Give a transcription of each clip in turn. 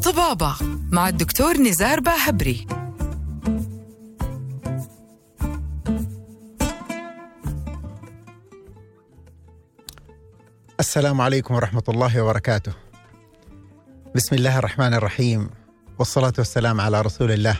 طبابة مع الدكتور نزار باهبري. السلام عليكم ورحمة الله وبركاته. بسم الله الرحمن الرحيم، والصلاة والسلام على رسول الله.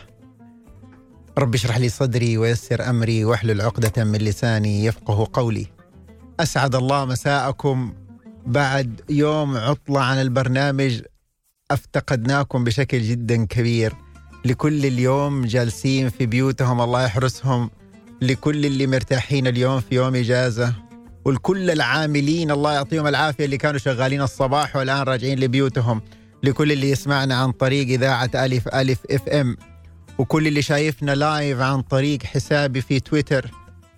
رب اشرح لي صدري ويسر أمري واحلل عقدة من لساني يفقه قولي. أسعد الله مساءكم بعد يوم عطلة عن البرنامج. افتقدناكم بشكل جدا كبير. لكل اليوم جالسين في بيوتهم الله يحرسهم، لكل اللي مرتاحين اليوم في يوم إجازة، والكل العاملين الله يعطيهم العافية اللي كانوا شغالين الصباح والآن راجعين لبيوتهم، لكل اللي يسمعنا عن طريق إذاعة ألف ألف اف ام، وكل اللي شايفنا لايف عن طريق حسابي في تويتر،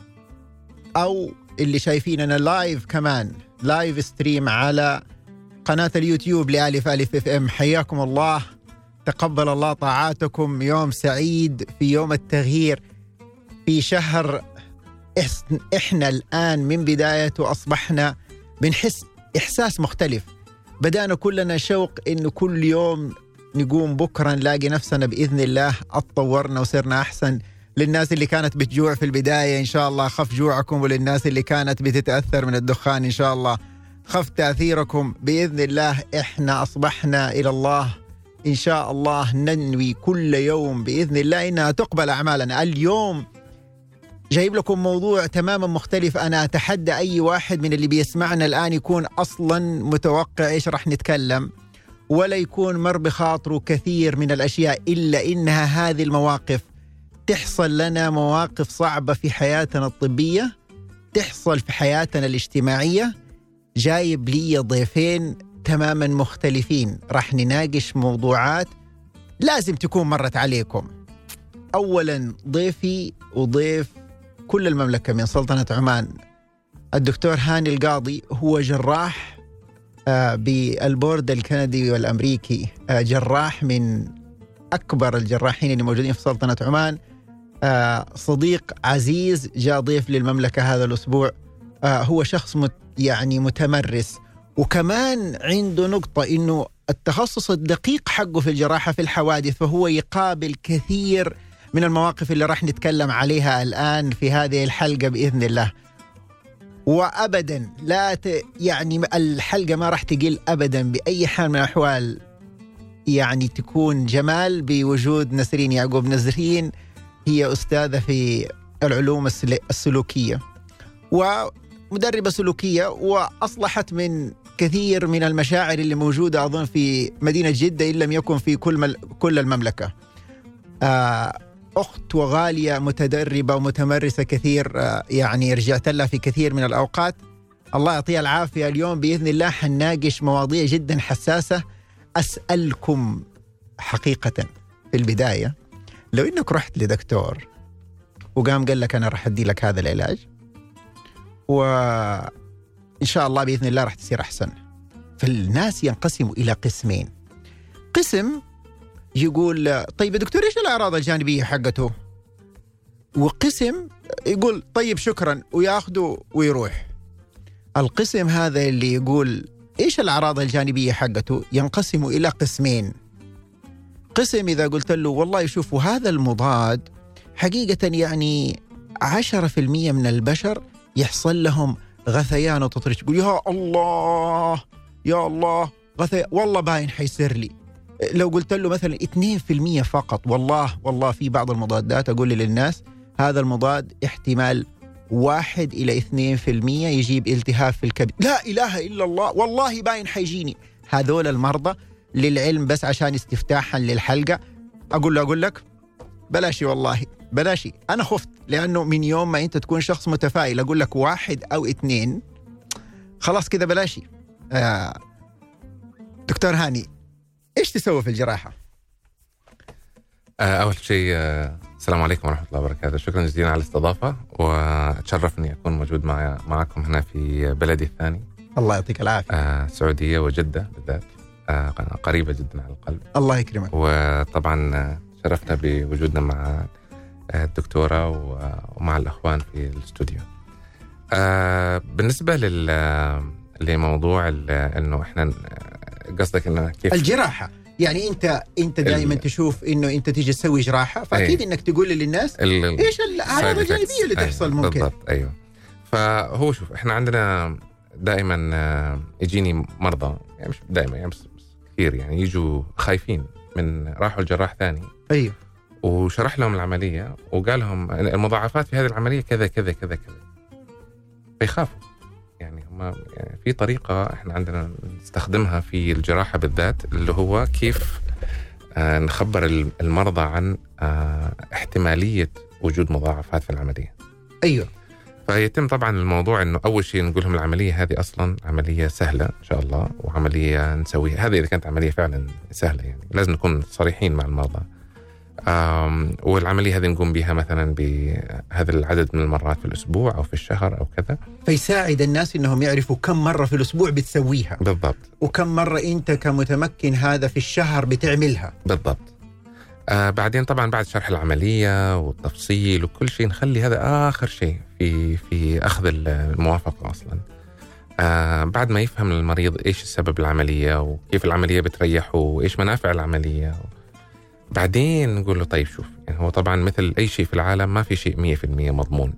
أو اللي شايفيننا لايف كمان لايف ستريم على قناة اليوتيوب لألف ألف اف ام. حياكم الله، تقبل الله طاعاتكم. يوم سعيد في يوم التغيير، في شهر إحنا الآن من بدايته أصبحنا بنحس إحساس مختلف. بدأنا كلنا شوق إنه كل يوم نقوم بكرة نلاقي نفسنا بإذن الله اتطورنا وصرنا أحسن. للناس اللي كانت بتجوع في البداية إن شاء الله خف جوعكم، وللناس اللي كانت بتتأثر من الدخان إن شاء الله خف تأثيركم بإذن الله. إحنا أصبحنا إلى الله إن شاء الله ننوي كل يوم بإذن الله إنها تقبل أعمالنا. اليوم جايب لكم موضوع تماما مختلف. أنا أتحدى أي واحد من اللي بيسمعنا الآن يكون أصلا متوقع إيش رح نتكلم، ولا يكون مر بخاطره كثير من الأشياء، إلا إنها هذه المواقف تحصل لنا، مواقف صعبة في حياتنا الطبية، تحصل في حياتنا الاجتماعية. جايب لي ضيفين تماما مختلفين، رح نناقش موضوعات لازم تكون مرت عليكم. أولا ضيفي وضيف كل المملكة من سلطنة عمان، الدكتور هاني القاضي. هو جراح بالبورد الكندي والأمريكي، جراح من أكبر الجراحين اللي موجودين في سلطنة عمان. صديق عزيز جاء ضيف للمملكة هذا الأسبوع. هو شخص يعني متمرس، وكمان عنده نقطة إنه التخصص الدقيق حقه في الجراحة في الحوادث، فهو يقابل كثير من المواقف اللي راح نتكلم عليها الآن في هذه الحلقة بإذن الله. وأبدا لا يعني الحلقة ما راح تقل أبدا بأي حال من الأحوال، يعني تكون جمال بوجود نسرين يعقوب. نسرين هي أستاذة في العلوم السلوكية ومدربة سلوكية، وأصلحت من كثير من المشاعر اللي موجودة أظن في مدينة جدة إن لم يكن في كل المملكة. أخت وغالية متدربة ومتمرسة كثير، يعني رجعت لها في كثير من الأوقات. الله يعطيها العافية. اليوم بإذن الله حنناقش مواضيع جدا حساسة. أسألكم حقيقة في البداية، لو إنك رحت لدكتور وقام قال لك أنا رح أدي لك هذا العلاج وإن شاء الله بإذن الله رح تصير أحسن، فالناس ينقسموا إلى قسمين. قسم يقول طيب يا دكتور إيش الأعراض الجانبية حقته، وقسم يقول طيب شكرا وياخده ويروح. القسم هذا اللي يقول إيش الأعراض الجانبية حقته ينقسم إلى قسمين. قسم إذا قلت له والله شوفوا هذا المضاد حقيقة يعني 10% من البشر يحصل لهم غثيان وتطريش، يقول يا الله يا الله غثيان والله باين حيصير لي. لو قلت له مثلا 2% فقط، والله في بعض المضادات أقول للناس هذا المضاد احتمال 1 إلى 2% يجيب التهاب في الكبد، لا إله إلا الله والله باين حيجيني. هذول المرضى للعلم بس عشان استفتاحا للحلقة أقول لك بلاشي، والله بلاشي. أنا خفت لأنه من يوم ما أنت تكون شخص متفائل أقول لك 1 أو 2 خلاص كذا بلاشي. دكتور هاني إيش تسوي في الجراحة؟ أول شيء السلام عليكم ورحمة الله وبركاته. شكرا جزيلا على الاستضافة، وأتشرف أني أكون موجود معكم هنا في بلدي الثاني. الله يعطيك العافية. السعودية وجدة بالذات قريبة جدا على القلب. الله يكرمك. وطبعا شرفنا بوجودنا مع الدكتورة ومع الأخوان في الاستوديو. بالنسبة لموضوع إنه إحنا قصدك إنه كيف الجراحة، يعني انت دائما تشوف انه انت تيجي تسوي جراحه، فاكيد انك تقول للناس ايش الاعراض الجانبيه اللي تحصل ممكن. بالضبط. ايوه. فهو شوف، احنا عندنا دائما يجيني مرضى، يعني مش دائما يعني بس كثير، يعني يجوا خايفين من راحوا الجراح ثاني. ايوه. وشرح لهم العمليه وقال لهم المضاعفات في هذه العمليه كذا كذا كذا كذا، فيخافوا. يعني هم يعني في طريقه احنا عندنا نستخدمها في الجراحه بالذات، اللي هو كيف نخبر المرضى عن احتماليه وجود مضاعفات في العمليه. ايوه. فيتم طبعا الموضوع انه اول شيء نقول لهم العمليه هذه اصلا عمليه سهله ان شاء الله، وعمليه نسويها. هذه اذا كانت عمليه فعلا سهله، يعني لازم نكون صريحين مع المرضى. والعمليه هذه نقوم بها مثلا بهذا العدد من المرات في الاسبوع او في الشهر او كذا، فيساعد الناس انهم يعرفوا كم مره في الاسبوع بتسويها. بالضبط. وكم مره انت كمتمكن هذا في الشهر بتعملها. بالضبط. بعدين طبعا بعد شرح العمليه والتفصيل وكل شيء، نخلي هذا اخر شيء في اخذ الموافقه اصلا. بعد ما يفهم المريض ايش السبب العمليه وكيف العمليه بتريحه وايش منافع العمليه، بعدين نقول له طيب شوف، يعني هو طبعا مثل اي شيء في العالم ما في شيء 100% مضمون.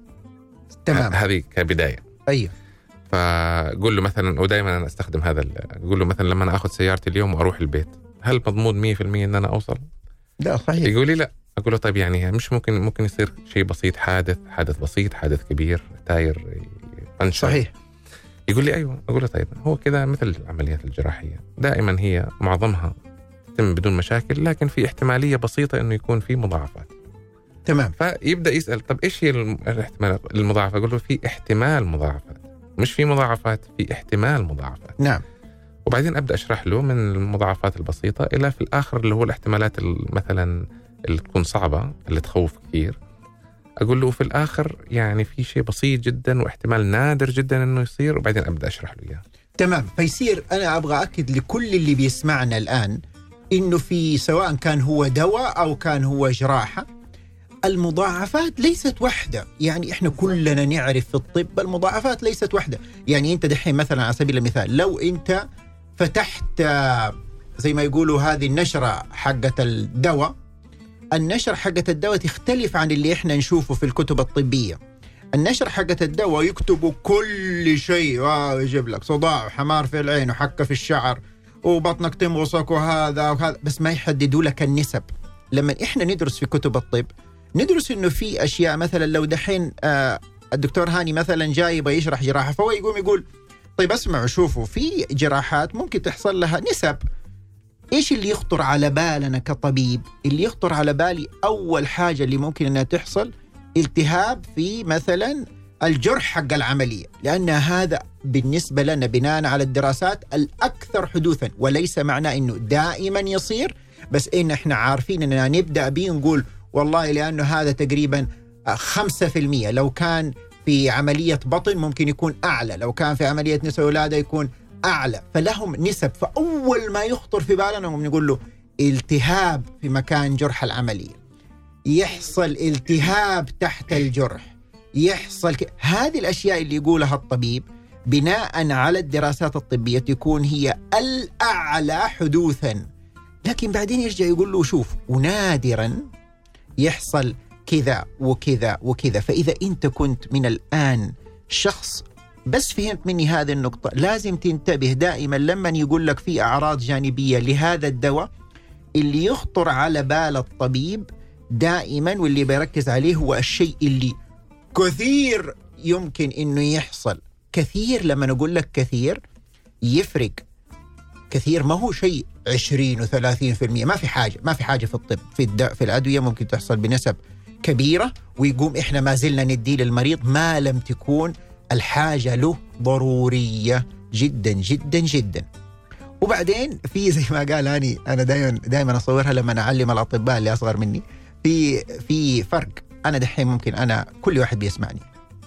تمام. هذه كبدايه. ايوه. فقول له مثلا، ودائما انا استخدم هذا، اقول له مثلا لما انا اخذ سيارتي اليوم واروح البيت، هل مضمون 100% ان انا اوصل؟ لا صحيح. يقول لي لا. اقول له طيب يعني مش ممكن يصير شيء بسيط، حادث بسيط، حادث كبير، تاير ينشر. صحيح. يقول لي ايوه. اقول له طيب هو كذا مثل العمليات الجراحيه، دائما هي معظمها تتم بدون مشاكل، لكن في احتماليه بسيطه انه يكون في مضاعفات. تمام. فيبدا يسال طب ايش هي الاحتمال المضاعفه؟ اقول له في احتمال مضاعفات، مش في مضاعفات، في احتمال مضاعفات. نعم. وبعدين ابدا اشرح له من المضاعفات البسيطه الى في الاخر اللي هو الاحتمالات مثلا اللي تكون صعبه، اللي تخوف كثير. اقول له في الاخر يعني في شيء بسيط جدا واحتمال نادر جدا انه يصير، وبعدين ابدا اشرح له اياه. تمام. فيصير انا ابغى اكد لكل اللي بيسمعنا الان انه في سواء كان هو دواء او كان هو جراحه، المضاعفات ليست واحده. يعني احنا كلنا نعرف في الطب المضاعفات ليست واحده. يعني انت دحين مثلا على سبيل المثال، لو انت فتحت زي ما يقولوا هذه النشره حقه الدواء، النشر حقه الدواء تختلف عن اللي احنا نشوفه في الكتب الطبيه. النشر حقه الدواء يكتبوا كل شيء، يجيب لك صداع وحمار في العين وحكه في الشعر وبطنك تمغصك وهذا، بس ما يحددوا لك النسب. لما احنا ندرس في كتب الطب ندرس انه في اشياء، مثلا لو دحين الدكتور هاني مثلا جاي يبغى يشرح جراحه، فهو يقول طيب اسمعوا شوفوا، في جراحات ممكن تحصل لها نسب. ايش اللي يخطر على بالنا كطبيب؟ اللي يخطر على بالي اول حاجه اللي ممكن انها تحصل التهاب في مثلا الجرح حق العمليه، لان هذا بالنسبه لنا بناء على الدراسات الاكثر حدوثا، وليس معناه انه دائما يصير، بس ان احنا عارفين اننا نبدا به نقول والله لانه هذا تقريبا 5%. لو كان في عمليه بطن ممكن يكون اعلى، لو كان في عمليه نساء ولاده يكون اعلى، فلهم نسب. فاول ما يخطر في بالنا نقول له التهاب في مكان جرح العمليه، يحصل التهاب تحت الجرح، يحصل هذه الاشياء اللي يقولها الطبيب بناء على الدراسات الطبيه تكون هي الاعلى حدوثا. لكن بعدين يرجع يقول له شوف، ونادرا يحصل كذا وكذا وكذا. فاذا انت كنت من الان شخص بس فهمت مني هذه النقطة، لازم تنتبه دائما لما يقول لك في أعراض جانبية لهذا الدواء، اللي يخطر على بال الطبيب دائما واللي بيركز عليه هو الشيء اللي كثير يمكن إنه يحصل. كثير لما نقول لك كثير يفرق. كثير ما هو شيء 20 و30%، ما في حاجة في الطب. في الأدوية ممكن تحصل بنسب كبيرة، ويقوم إحنا ما زلنا ندي للمريض ما لم تكون الحاجة له ضرورية جدا جدا جدا. وبعدين في زي ما قال هاني، أنا دائما أصورها لما أعلم الأطباء اللي أصغر مني، في فرق. أنا دحين ممكن أنا كل واحد بيسمعني،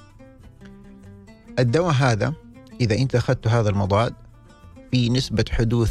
الدواء هذا إذا أنت أخذت هذا المضاد في نسبة حدوث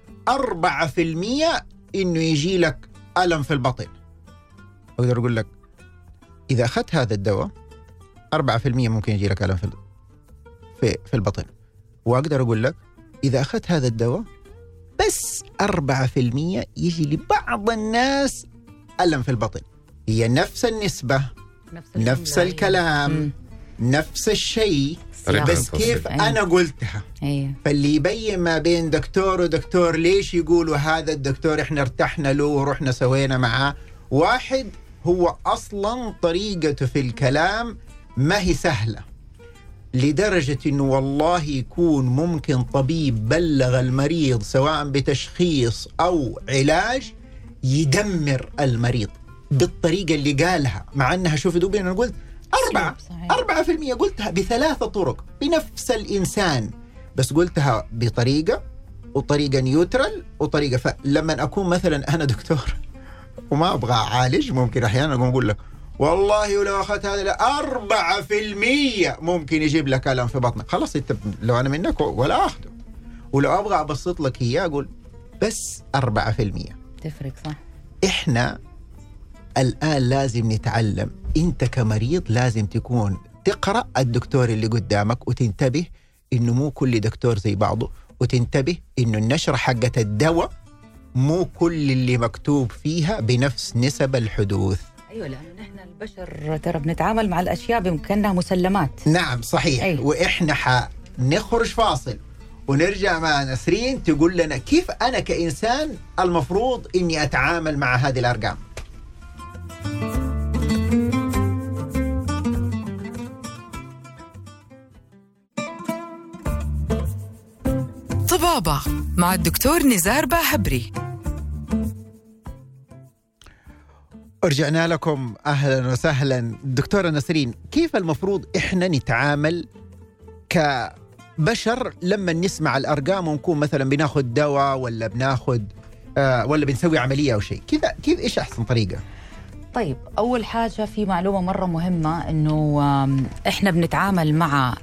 4% إنه يجي لك ألم في البطن. أقدر أقول لك إذا أخذت هذا الدواء 4% ممكن يجي لك ألم في البطن. وأقدر أقول لك إذا أخذت هذا الدواء بس 4% يجي لبعض الناس ألم في البطن. هي نفس النسبة، نفس الكلام، نفس الشيء، بس كيف أنا قلتها. فاللي يبين ما بين دكتور ودكتور ليش يقولوا هذا الدكتور إحنا ارتحنا له ورحنا سوينا معاه. واحد هو أصلا طريقته في الكلام ما هي سهلة، لدرجة إنه والله يكون ممكن طبيب بلغ المريض سواء بتشخيص أو علاج يدمر المريض بالطريقة اللي قالها، مع أنها شوف دوبي أنا قلت 4% قلتها ب3 طرق بنفس الإنسان، بس قلتها بطريقة وطريقة نيوترال وطريقة. فلما أكون مثلا أنا دكتور وما أبغى أعالج، ممكن أحيانا أقول لك والله ولو أخذت هذا 4% ممكن يجيب لك ألم في بطنك. خلاص أنت لو أنا منك ولا أخذه، ولو أبغى أبسط لك إياه أقول بس 4%. تفرق صح. إحنا الآن لازم نتعلم، أنت كمريض لازم تكون تقرأ الدكتور اللي قدامك وتنتبه إنه مو كل دكتور زي بعضه، وتنتبه إنه النشرة حقة الدواء مو كل اللي مكتوب فيها بنفس نسب الحدوث. أيوة، لأنه نحن البشر ترى بنتعامل مع الأشياء بكأنها مسلمات. نعم صحيح. أيوة. وإحنا حنخرج فاصل ونرجع مع نسرين تقول لنا كيف أنا كإنسان المفروض إني أتعامل مع هذه الأرقام. طبابة مع الدكتور نزار باهبري. رجعنا لكم، أهلا وسهلا. دكتورة نسرين، كيف المفروض إحنا نتعامل كبشر لما نسمع الأرقام ونكون مثلا بناخد دواء ولا بناخد ولا بنسوي عملية أو شيء كذا؟ كيف إيش أحسن طريقة؟ طيب، أول حاجة في معلومة مرة مهمة، إنه إحنا بنتعامل مع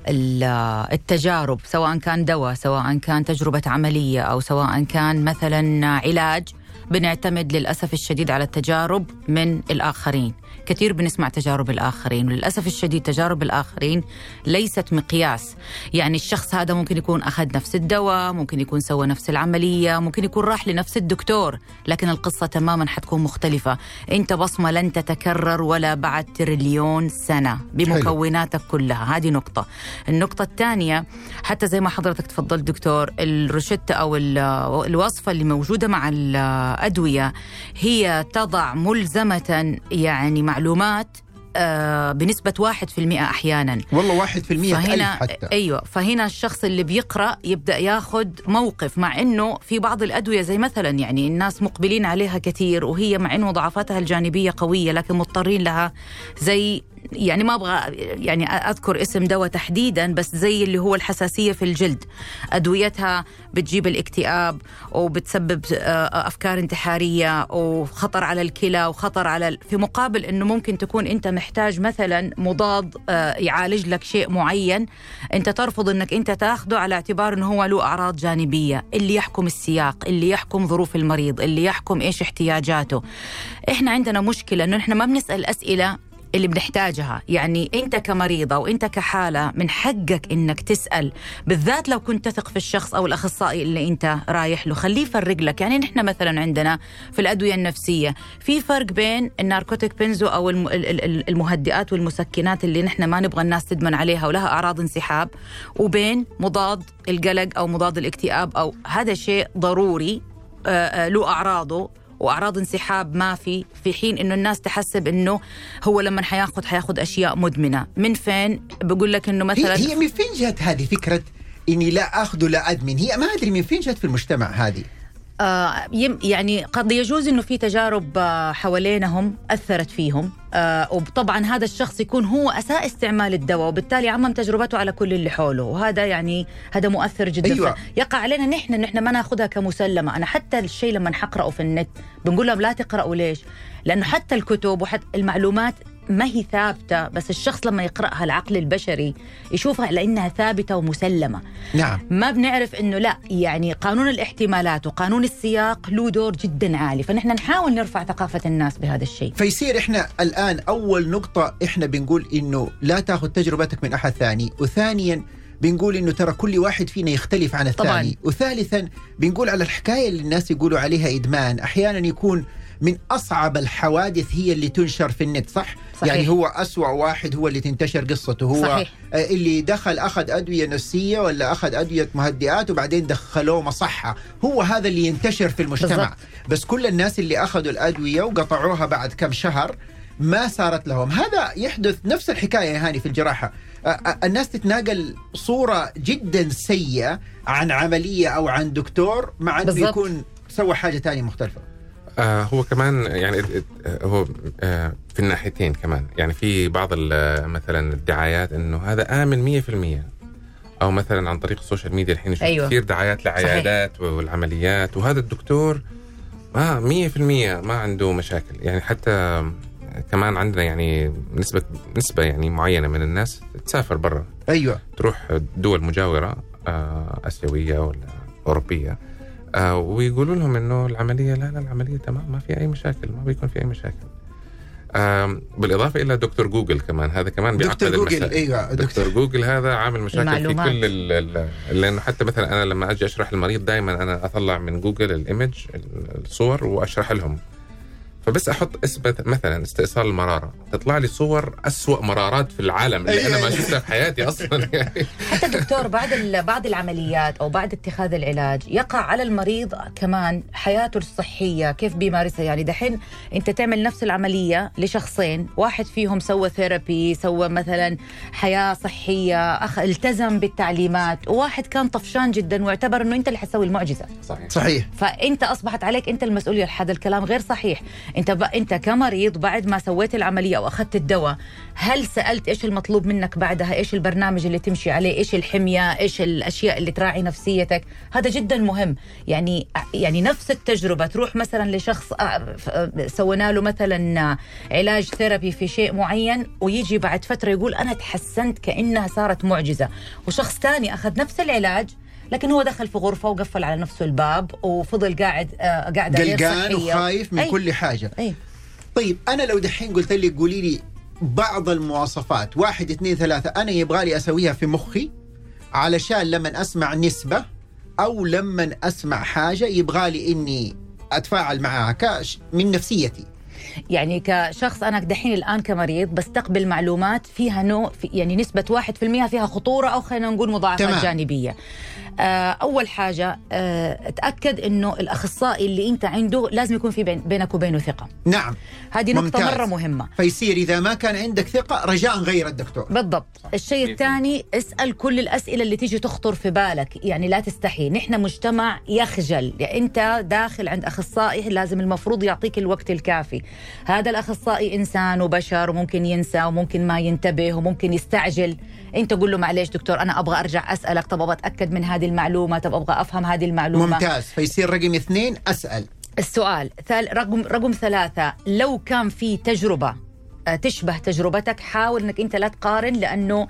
التجارب، سواء كان دواء، سواء كان تجربة عملية، أو سواء كان مثلا علاج، بنعتمد للأسف الشديد على التجارب من الآخرين. كثير بنسمع تجارب الآخرين، وللأسف الشديد تجارب الآخرين ليست مقياس. يعني الشخص هذا ممكن يكون أخذ نفس الدواء، ممكن يكون سوى نفس العملية، ممكن يكون راح لنفس الدكتور، لكن القصة تماما حتكون مختلفة. أنت بصمة لن تتكرر ولا بعد تريليون سنة بمكوناتك كلها. هذه نقطة. النقطة الثانية، حتى زي ما حضرتك تفضل دكتور، الروشتة أو الوصفة اللي موجودة مع الأدوية هي تضع ملزمة يعني معلومات بنسبة 1% أحيانا. والله 1% فهنا حتى. أيوة، فهنا الشخص اللي بيقرأ يبدأ ياخد موقف، مع إنه في بعض الأدوية زي مثلا يعني الناس مقبلين عليها كثير، وهي مع إنه مضاعفاتها الجانبية قوية لكن مضطرين لها، زي يعني ما أبغى يعني أذكر اسم دواء تحديدا، بس زي اللي هو الحساسية في الجلد، أدويتها بتجيب الاكتئاب وبتسبب أفكار انتحارية وخطر على الكلى وخطر على في مقابل إنه ممكن تكون أنت محتاج مثلا مضاد يعالج لك شيء معين، أنت ترفض إنك أنت تاخده على اعتبار إنه هو له أعراض جانبية. اللي يحكم السياق، اللي يحكم ظروف المريض، اللي يحكم إيش احتياجاته. إحنا عندنا مشكلة إنه إحنا ما بنسأل أسئلة اللي بنحتاجها. يعني أنت كمريضة وأنت كحالة من حقك إنك تسأل، بالذات لو كنت تثق في الشخص أو الأخصائي اللي أنت رايح له، خليه يفرق لك. يعني نحن مثلا عندنا في الأدوية النفسية في فرق بين الناركوتيك بنزو أو المهدئات والمسكنات اللي نحن ما نبغى الناس تدمن عليها ولها أعراض انسحاب، وبين مضاد القلق أو مضاد الاكتئاب، أو هذا شيء ضروري له أعراضه وأعراض انسحاب ما في حين إنه الناس تحسب إنه هو لما حياخد أشياء مدمنة. من فين بقول لك إنه مثلا هي من فين جت هذه فكرة إني لا أخذ لا أدمن؟ هي ما أدري من فين جت في المجتمع هذه. يعني قد يجوز إنه في تجارب حوالينهم أثرت فيهم، وطبعا هذا الشخص يكون هو أساء استعمال الدواء، وبالتالي عمم تجربته على كل اللي حوله، وهذا يعني هذا مؤثر جدا. أيوة. يقع علينا نحن ما ناخذها كمسلمة. أنا حتى الشيء لما نحقرأه في النت بنقول لهم لا تقرأوا. ليش؟ لأنه حتى الكتب وحتى المعلومات ما هي ثابتة، بس الشخص لما يقرأها العقل البشري يشوفها على إنها ثابتة ومسلمة. نعم. ما بنعرف إنه لا، يعني قانون الاحتمالات وقانون السياق له دور جدا عالي، فنحن نحاول نرفع ثقافة الناس بهذا الشيء. فيصير إحنا الآن أول نقطة إحنا بنقول إنه لا تأخذ تجربتك من أحد ثاني، وثانيا بنقول إنه ترى كل واحد فينا يختلف عن الثاني طبعاً. وثالثا بنقول على الحكاية اللي الناس يقولوا عليها إدمان أحيانا يكون من أصعب الحوادث هي اللي تنشر في النت صح؟ يعني هو أسوأ واحد هو اللي تنتشر قصته هو صحيح. اللي دخل أخذ أدوية نفسية ولا أخذ أدوية مهدئات وبعدين دخلوه مصحة هو هذا اللي ينتشر في المجتمع بالضبط. بس كل الناس اللي أخذوا الأدوية وقطعوها بعد كم شهر ما صارت لهم هذا يحدث نفس الحكاية يا هاني في الجراحة الناس تتناقل صورة جدا سيئة عن عملية أو عن دكتور مع أنه يكون سوى حاجة تانية مختلفة هو كمان يعني هو في الناحيتين كمان يعني في بعض مثلا الدعايات انه هذا آمن 100% او مثلا عن طريق السوشيال ميديا الحين نشوف كثير دعايات لعيادات والعمليات وهذا الدكتور 100% ما عنده مشاكل يعني حتى كمان عندنا يعني نسبة يعني معينة من الناس تسافر برا أيوة تروح دول مجاورة آسيوية ولا أوروبية ويقولوا لهم إنه العملية لا العملية تمام ما في أي مشاكل ما بيكون في أي مشاكل بالإضافة إلى دكتور جوجل كمان هذا كمان بيعقد المسائل أيوة دكتور جوجل هذا عامل مشاكل في كل لأنه حتى مثلا أنا لما أجي أشرح المريض دائما أنا أطلع من جوجل الإيمج الصور وأشرح لهم فبس أحط إثبات مثلا استئصال المرارة تطلع لي صور أسوأ مرارات في العالم اللي أنا ما شفتها في حياتي أصلا يعني. حتى دكتور بعد العمليات أو بعد اتخاذ العلاج يقع على المريض كمان حياته الصحية كيف بيمارسها يعني دحين أنت تعمل نفس العملية لشخصين واحد فيهم سوى ثيرابي سوى مثلا حياة صحية التزم بالتعليمات وواحد كان طفشان جدا واعتبر أنه أنت اللي حتسوي المعجزة صحيح فأنت أصبحت عليك أنت المسؤولية هذا الكلام غير صحيح انت كمريض بعد ما سويت العمليه او اخذت الدواء هل سالت ايش المطلوب منك بعدها ايش البرنامج اللي تمشي عليه ايش الحميه ايش الاشياء اللي تراعي نفسيتك هذا جدا مهم يعني نفس التجربه تروح مثلا لشخص سوينا له مثلا علاج ثيرابي في شيء معين ويجي بعد فتره يقول انا تحسنت كانها صارت معجزه وشخص ثاني اخذ نفس العلاج لكن هو دخل في غرفة وقفل على نفسه الباب وفضل قاعد غير صحية وخايف من كل حاجة طيب أنا لو دحين قلت لي قولي لي بعض المواصفات 1 2 3 أنا يبغى لي أسويها في مخي علشان لما أسمع نسبة أو لما أسمع حاجة يبغى لي إني أتفاعل معها من نفسيتي يعني كشخص أنا دحين الآن كمريض بستقبل معلومات فيها يعني نسبة 1% فيها خطورة أو خلينا نقول مضاعفات جانبية أول حاجة تأكد إنه الأخصائي اللي أنت عنده لازم يكون في بينك وبينه ثقة نعم هذه نقطة مرة مهمة فيصير إذا ما كان عندك ثقة رجاء غير الدكتور بالضبط الشيء الثاني اسأل كل الأسئلة اللي تيجي تخطر في بالك يعني لا تستحي نحن مجتمع يخجل يعني أنت داخل عند أخصائي لازم المفروض يعطيك الوقت الكافي هذا الأخصائي إنسان وبشر وممكن ينسى وممكن ما ينتبه وممكن يستعجل أنت قول له معليش دكتور أنا أبغى أرجع أسألك طب أبغى أتأكد من هذه المعلومة طب أبغى أفهم هذه المعلومة ممتاز فيصير رقم 2 أسأل السؤال رقم 3 لو كان في تجربة تشبه تجربتك حاول أنك أنت لا تقارن لأنه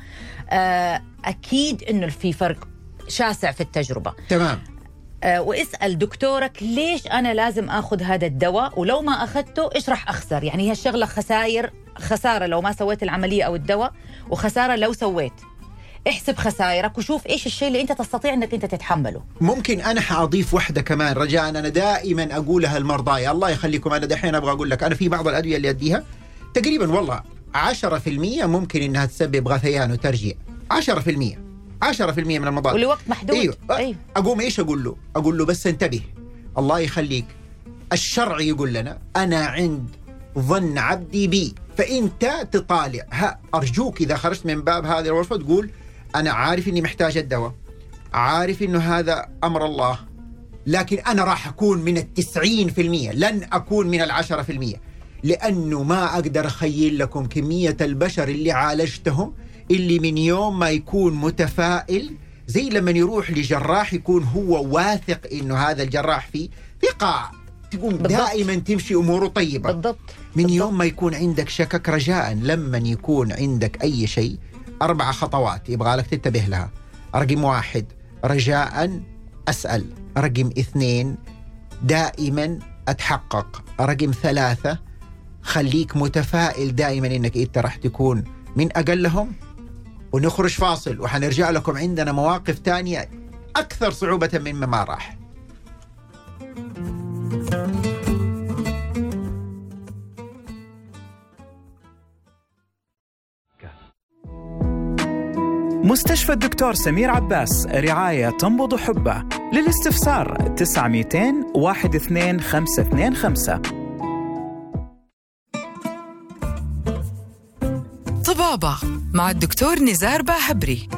أكيد أنه في فرق شاسع في التجربة تمام واسأل دكتورك ليش أنا لازم أخذ هذا الدواء ولو ما أخذته إيش راح أخسر يعني هي الشغلة خسارة لو ما سويت العملية أو الدواء وخسارة لو سويت احسب خسائرك وشوف إيش الشيء اللي أنت تستطيع أنك أنت تتحمله ممكن أنا حأضيف واحدة كمان رجاء أنا دائما أقولها المرضى الله يخليكم أنا دحين أبغى أقول لك أنا في بعض الأدوية اللي أديها تقريبا والله 10% ممكن إنها تسبب غثيان وترجيع 10% من المضاد ولوقت محدود أيوه. أقوم إيش أقول له بس انتبه الله يخليك الشرع يقول لنا أنا عند ظن عبدي بي فأنت تطالع أرجوك إذا خرجت من باب هذه الغرفة تقول أنا عارف إني محتاج الدواء عارف إنه هذا أمر الله لكن أنا راح أكون من 90% لن أكون من 10% لأنه ما أقدر أخيل لكم كمية البشر اللي عالجتهم اللي من يوم ما يكون متفائل زي لما يروح لجراح يكون هو واثق إنه هذا الجراح فيه ثقة تقوم دائما تمشي أموره طيبة بالضبط. من يوم ما يكون عندك شكك رجاء لما يكون عندك أي شيء 4 خطوات يبغى لك تنتبه لها رقم 1 رجاء أسأل رقم 2 دائما أتحقق رقم 3 خليك متفائل دائما إنك أنت راح تكون من أقلهم ونخرج فاصل وحنرجع لكم. عندنا مواقف تانية أكثر صعوبة مما راح. مستشفى الدكتور سمير عباس، رعاية تنبض حبة. للاستفسار 900-12525. طبابة مع الدكتور نزار باهبري.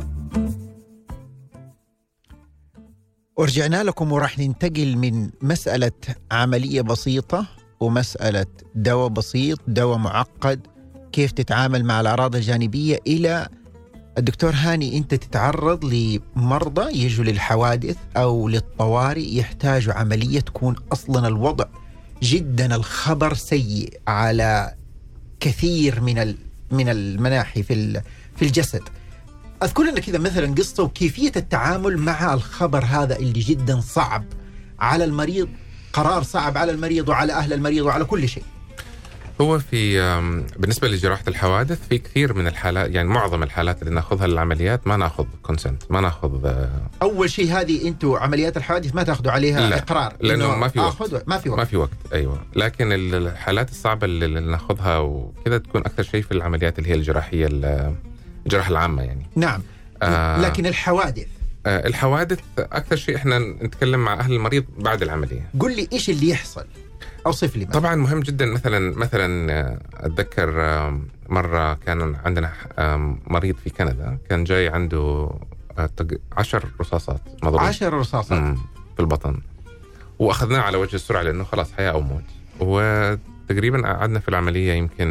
ورجعنا لكم وراح ننتقل من مسألة عملية بسيطة ومسألة دواء بسيط، دواء معقد، كيف تتعامل مع الأعراض الجانبية، إلى الدكتور هاني أنت تتعرض لمرضى يجوا للحوادث أو للطوارئ يحتاجوا عملية، تكون أصلا الوضع جدا الخبر سيء على كثير من المناحي في الجسد. أذكر لنا كذا مثلا قصة وكيفية التعامل مع الخبر هذا اللي جدا صعب على المريض، قرار صعب على المريض وعلى أهل المريض وعلى كل شيء. هو في بالنسبة لجراحة الحوادث في كثير من الحالات، يعني معظم الحالات اللي ناخذها للعمليات ما ناخذ كونسنت، ما ناخذ أول شيء هذه أنتوا عمليات الحوادث ما تاخذوا عليها لا. إقرار لأنه ما في وقت. ما في وقت أيوة. لكن الحالات الصعبة اللي ناخذها وكذا تكون أكثر شيء في العمليات اللي هي الجراحية، الجراحة العامة يعني. نعم. لكن الحوادث أكثر شيء إحنا نتكلم مع أهل المريض بعد العملية. قل لي إيش اللي يحصل، أوصف لي مثلا. طبعا مهم جدا. مثلا أتذكر مرة كان عندنا مريض في كندا كان جاي عنده 10 رصاصات مضروب، 10 رصاصات في البطن، وأخذناه على وجه السرعة لأنه خلاص حياة أو موت. وتقريبا قعدنا في العملية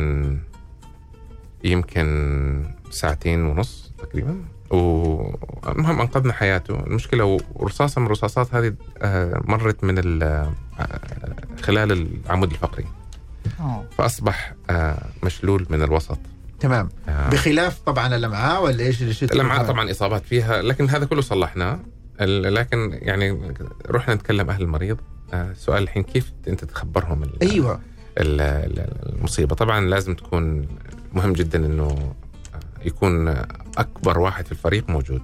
يمكن 2.5 ساعة تقريبا، والمهم أنقذنا حياته. المشكلة ورصاصة من الرصاصات هذه مرت من خلال العمود الفقري، فأصبح مشلول من الوسط. تمام. بخلاف طبعا الأمعاء ولا إيش؟ الأمعاء طبعا إصابات فيها، لكن هذا كله صلحناه. لكن يعني رحنا نتكلم أهل المريض. سؤال الحين كيف أنت تخبرهم أيوة المصيبة؟ طبعا لازم تكون مهم جدا إنه يكون أكبر واحد في الفريق موجود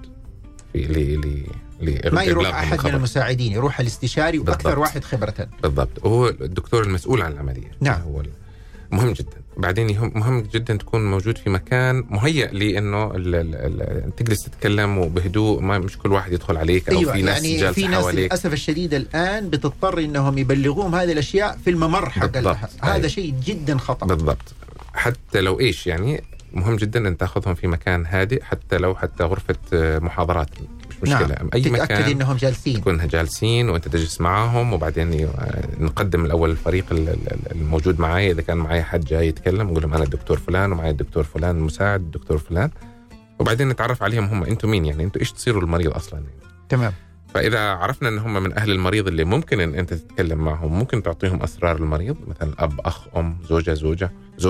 ما يروح أحد من المساعدين، يروح الاستشاري وأكثر واحد خبرة. بالضبط، هو الدكتور المسؤول عن العملية. نعم. هو مهم جدا. بعدين مهم جدا تكون موجود في مكان مهيأ لأنه تجلس تتكلم وبهدوء، ما مش كل واحد يدخل عليك أو أيوة. في ناس يعني جالسة في ناس حواليك. للأسف الشديد الآن بتضطر إنهم يبلغوهم هذه الأشياء في الممر حق هذا شيء جدا خطأ. بالضبط. حتى لو إيش يعني مهم جدا أن تأخذهم في مكان هادئ، حتى غرفة محاضرات مش مشكلة. نعم. أي تتأكد مكان إنهم جالسين، تكون جالسين وأنت تجلس معهم، وبعدين نقدم الأول الفريق الموجود معي. إذا كان معي حد جاي يتكلم نقول لهم أنا الدكتور فلان ومعي الدكتور فلان المساعد الدكتور فلان، وبعدين نتعرف عليهم هم أنتم مين، يعني أنتم إيش تصيروا المريض أصلا يعني. تمام. فإذا عرفنا أن هم من أهل المريض اللي ممكن أن أنت تتكلم معهم، ممكن تعطيهم أسرار المريض، مثلا أب أخ أم زوج،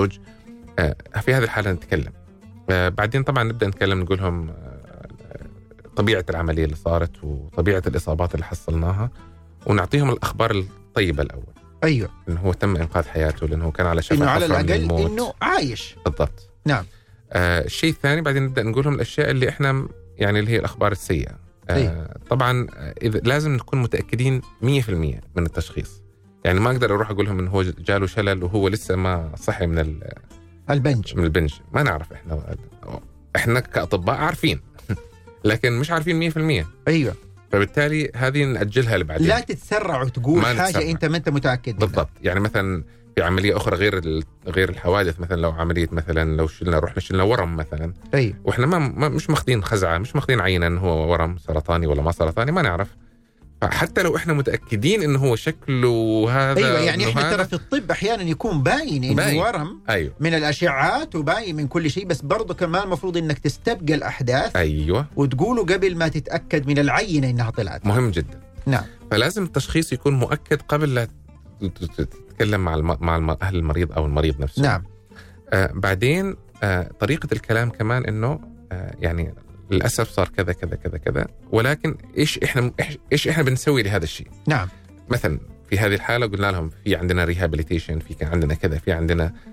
في هذه الحالة نتكلم. بعدين طبعا نبدأ نتكلم، نقول لهم طبيعة العملية اللي صارت وطبيعة الإصابات اللي حصلناها، ونعطيهم الأخبار الطيبة الأول. أيوة. إنه هو تم إنقاذ حياته، لأنه كان على شفا إنه على الأقل إنه عايش. بالضبط. نعم. الشيء الثاني بعدين نبدأ نقول لهم الأشياء اللي إحنا يعني اللي هي الأخبار السيئة. طبعا إذا لازم نكون متأكدين 100% من التشخيص. يعني ما أقدر أروح أقول لهم إنه هو جاله شلل وهو لسه ما صحي من البنج. ما نعرف إحنا كأطباء عارفين لكن مش عارفين 100%. أيوة. فبالتالي هذه نأجلها لبعدين. لا تتسرع وتقول حاجة أنت ما أنت متأكد. بالضبط. يعني مثلا في عملية أخرى غير الحوادث، مثلا لو عملية مثلا لو رحنا شلنا ورم مثلا. أيوة. وإحنا ما مش ماخذين خزعة، مش ماخذين عينة إنه هو ورم سرطاني ولا ما سرطاني، ما نعرف. حتى لو احنا متأكدين انه هو شكله هذا. ايوه. يعني احنا ترى في الطب احيانا يكون باين انه ورم. أيوة. من الاشعاعات وباين من كل شيء، بس برضه كمان المفروض انك تستبقى الاحداث. ايوه. وتقوله قبل ما تتأكد من العينة انها طلعت. مهم جدا. نعم. فلازم التشخيص يكون مؤكد قبل لا تتكلم مع اهل المريض او المريض نفسه. نعم. بعدين طريقة الكلام كمان انه يعني للأسف صار كذا كذا كذا كذا، ولكن إيش إحنا بنسوي لهذا الشيء. نعم. مثلا في هذه الحالة قلنا لهم في عندنا ريهابيليتيشن، في عندنا كذا، في عندنا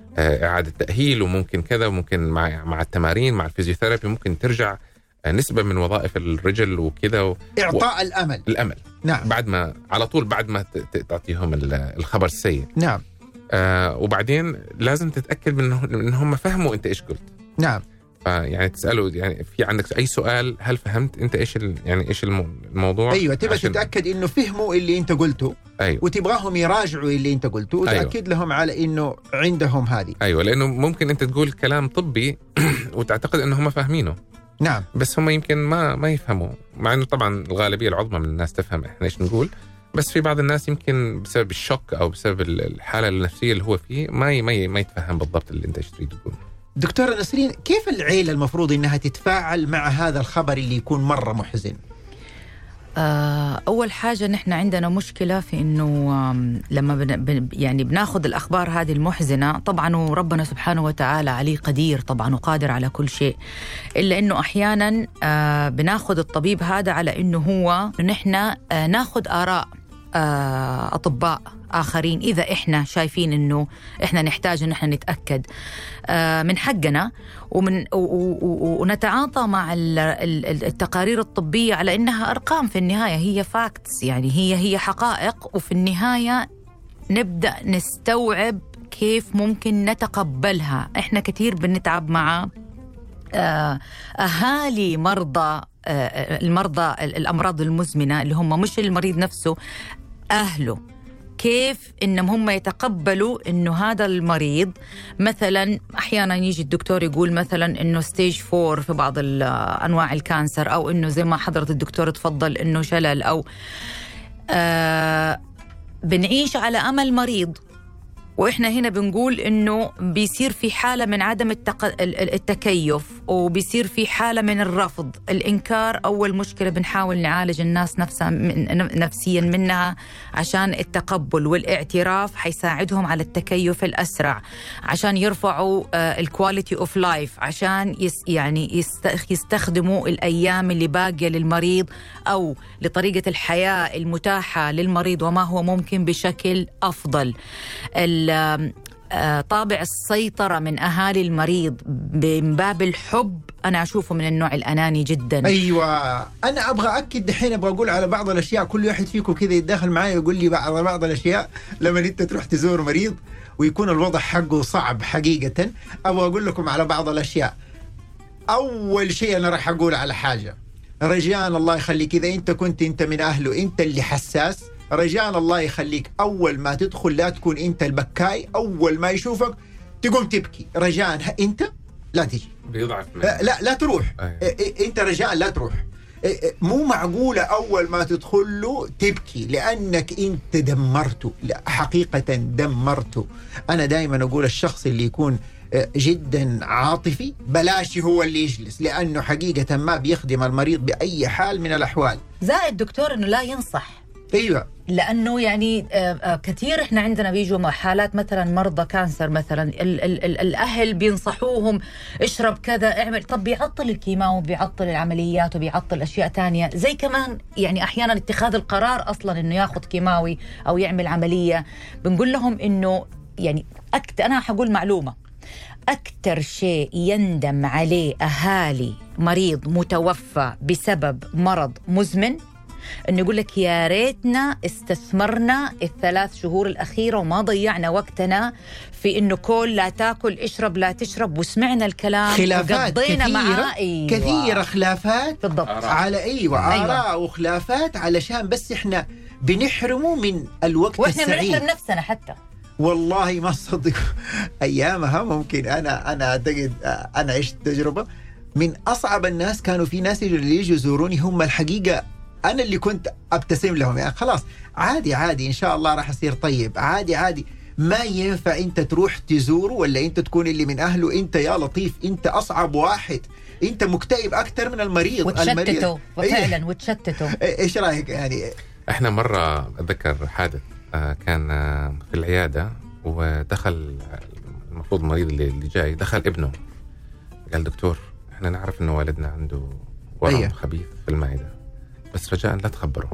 إعادة تأهيل، وممكن كذا، وممكن مع التمارين مع الفيزيوثيرابي ممكن ترجع نسبة من وظائف الرجل وكذا. إعطاء الأمل. نعم. بعد ما على طول بعد ما تعطيهم الخبر السيء. نعم. وبعدين لازم تتأكد من هم فهموا أنت إيش قلت. نعم. يعني تسأله يعني في عندك أي سؤال، هل فهمت أنت إيش إيش الموضوع؟ أيوة، تبغى تتأكد إنه فهموا اللي أنت قلته. أيوة. وتبغاهم يراجعوا اللي أنت قلته، وتأكد لهم على إنه عندهم هذه. أيوة، لأنه ممكن أنت تقول كلام طبي وتعتقد إنه هم فاهمينه. نعم. بس هم يمكن ما يفهموا، مع إنه طبعا الغالبية العظمى من الناس تفهم إحنا إيش نقول، بس في بعض الناس يمكن بسبب الشوك أو بسبب الحالة النفسية اللي هو فيه ما يتفهم بالضبط اللي أنت إيش تريد تقول. دكتورة نسرين، كيف العيلة المفروض إنها تتفاعل مع هذا الخبر اللي يكون مرة محزن؟ أول حاجة نحن عندنا مشكلة في إنه لما يعني بناخد الأخبار هذه المحزنة، طبعا وربنا سبحانه وتعالى عليه قدير طبعا وقادر على كل شيء، إلا إنه أحيانا بناخد الطبيب هذا على إنه هو نحن ناخد آراء أطباء آخرين إذا إحنا شايفين إنه إحنا نحتاج إن إحنا نتأكد من حقنا، ونتعاطى مع التقارير الطبية على إنها أرقام في النهاية، هي فاكتس، يعني هي حقائق، وفي النهاية نبدأ نستوعب كيف ممكن نتقبلها. إحنا كتير بنتعب مع أهالي الأمراض المزمنة اللي هم مش المريض نفسه، أهله، كيف إنهم هم يتقبلوا إنه هذا المريض مثلا أحيانا يجي الدكتور يقول مثلا إنه ستيج 4 في بعض أنواع الكانسر، أو إنه زي ما حضرت الدكتور تفضل إنه شلل، أو بنعيش على أمل مريض، وإحنا هنا بنقول إنه بيصير في حالة من عدم التكيف، وبيصير في حالة من الرفض، الإنكار. أول مشكلة بنحاول نعالج الناس نفسها نفسيا منها، عشان التقبل والاعتراف حيساعدهم على التكيف الأسرع، عشان يرفعوا الكواليتي اوف لايف، عشان يستخدموا الأيام اللي باقية للمريض أو لطريقة الحياة المتاحة للمريض وما هو ممكن بشكل أفضل. طابع السيطرة من أهالي المريض من باب الحب أنا أشوفه من النوع الأناني جدا. أيوة، أنا أبغى أكد دحين، أبغى أقول على بعض الأشياء، كل واحد فيكم كذا يتداخل معي يقول لي بعض الأشياء. لما أنت تروح تزور مريض ويكون الوضع حقه صعب حقيقة، أبغى أقول لكم على بعض الأشياء. أول شيء أنا راح أقول على حاجة، رجاءً الله يخليك، إذا أنت من أهله، أنت اللي حساس، رجاءً الله يخليك أول ما تدخل لا تكون أنت البكاي، أول ما يشوفك تقوم تبكي، رجاءً أنت لا تجي، بيضعف لا تروح. أنت رجاءً لا تروح. مو معقولة أول ما تدخل له تبكي، لأنك أنت دمرته، لا حقيقة دمرته. أنا دائما أقول الشخص اللي يكون جدا عاطفي بلاش هو اللي يجلس، لأنه حقيقة ما بيخدم المريض بأي حال من الأحوال. زائد دكتور أنه لا ينصح. أيوة، لأنه يعني كثير إحنا عندنا بيجوا حالات مثلا مرضى كانسر مثلا، الأهل بينصحوهم اشرب كذا، اعمل، طب بيعطل الكيماوي، بيعطل العمليات، وبيعطل أشياء تانية زي كمان يعني أحيانا اتخاذ القرار أصلا إنه ياخد كيماوي أو يعمل عملية. بنقول لهم إنه يعني أنا حقول معلومة، أكتر شيء يندم عليه أهالي مريض متوفى بسبب مرض مزمن إنه يقول لك يا ريتنا استثمرنا ال3 شهور الأخيرة وما ضيعنا وقتنا في إنه كل لا تاكل اشرب لا تشرب، وسمعنا الكلام خلافات وقضينا كثيرة معاه. كثيرة خلافات بالضبط على آراء وخلافات، علشان بس إحنا بنحرمه من الوقت وإحنا السعيد، بنحرم نفسنا حتى. والله ما صدق أيامها ممكن أنا أعتقد أنا عشت تجربة من أصعب الناس. كانوا في ناس اللي يجوا يزوروني هم الحقيقة أنا اللي كنت أبتسم لهم، يعني خلاص عادي إن شاء الله راح أصير طيب، عادي. ما ينفع أنت تروح تزوره ولا أنت تكون اللي من أهله، أنت يا لطيف أنت أصعب واحد، أنت مكتئب أكتر من المريض وتشتته فعلا وتشتته. إيش رأيك؟ يعني إحنا مرة أتذكر حادث كان في العيادة، ودخل المفروض المريض اللي جاي دخل ابنه، قال دكتور إحنا نعرف إنه والدنا عنده ورم خبيث في المعدة، بس رجاءً لا تخبره.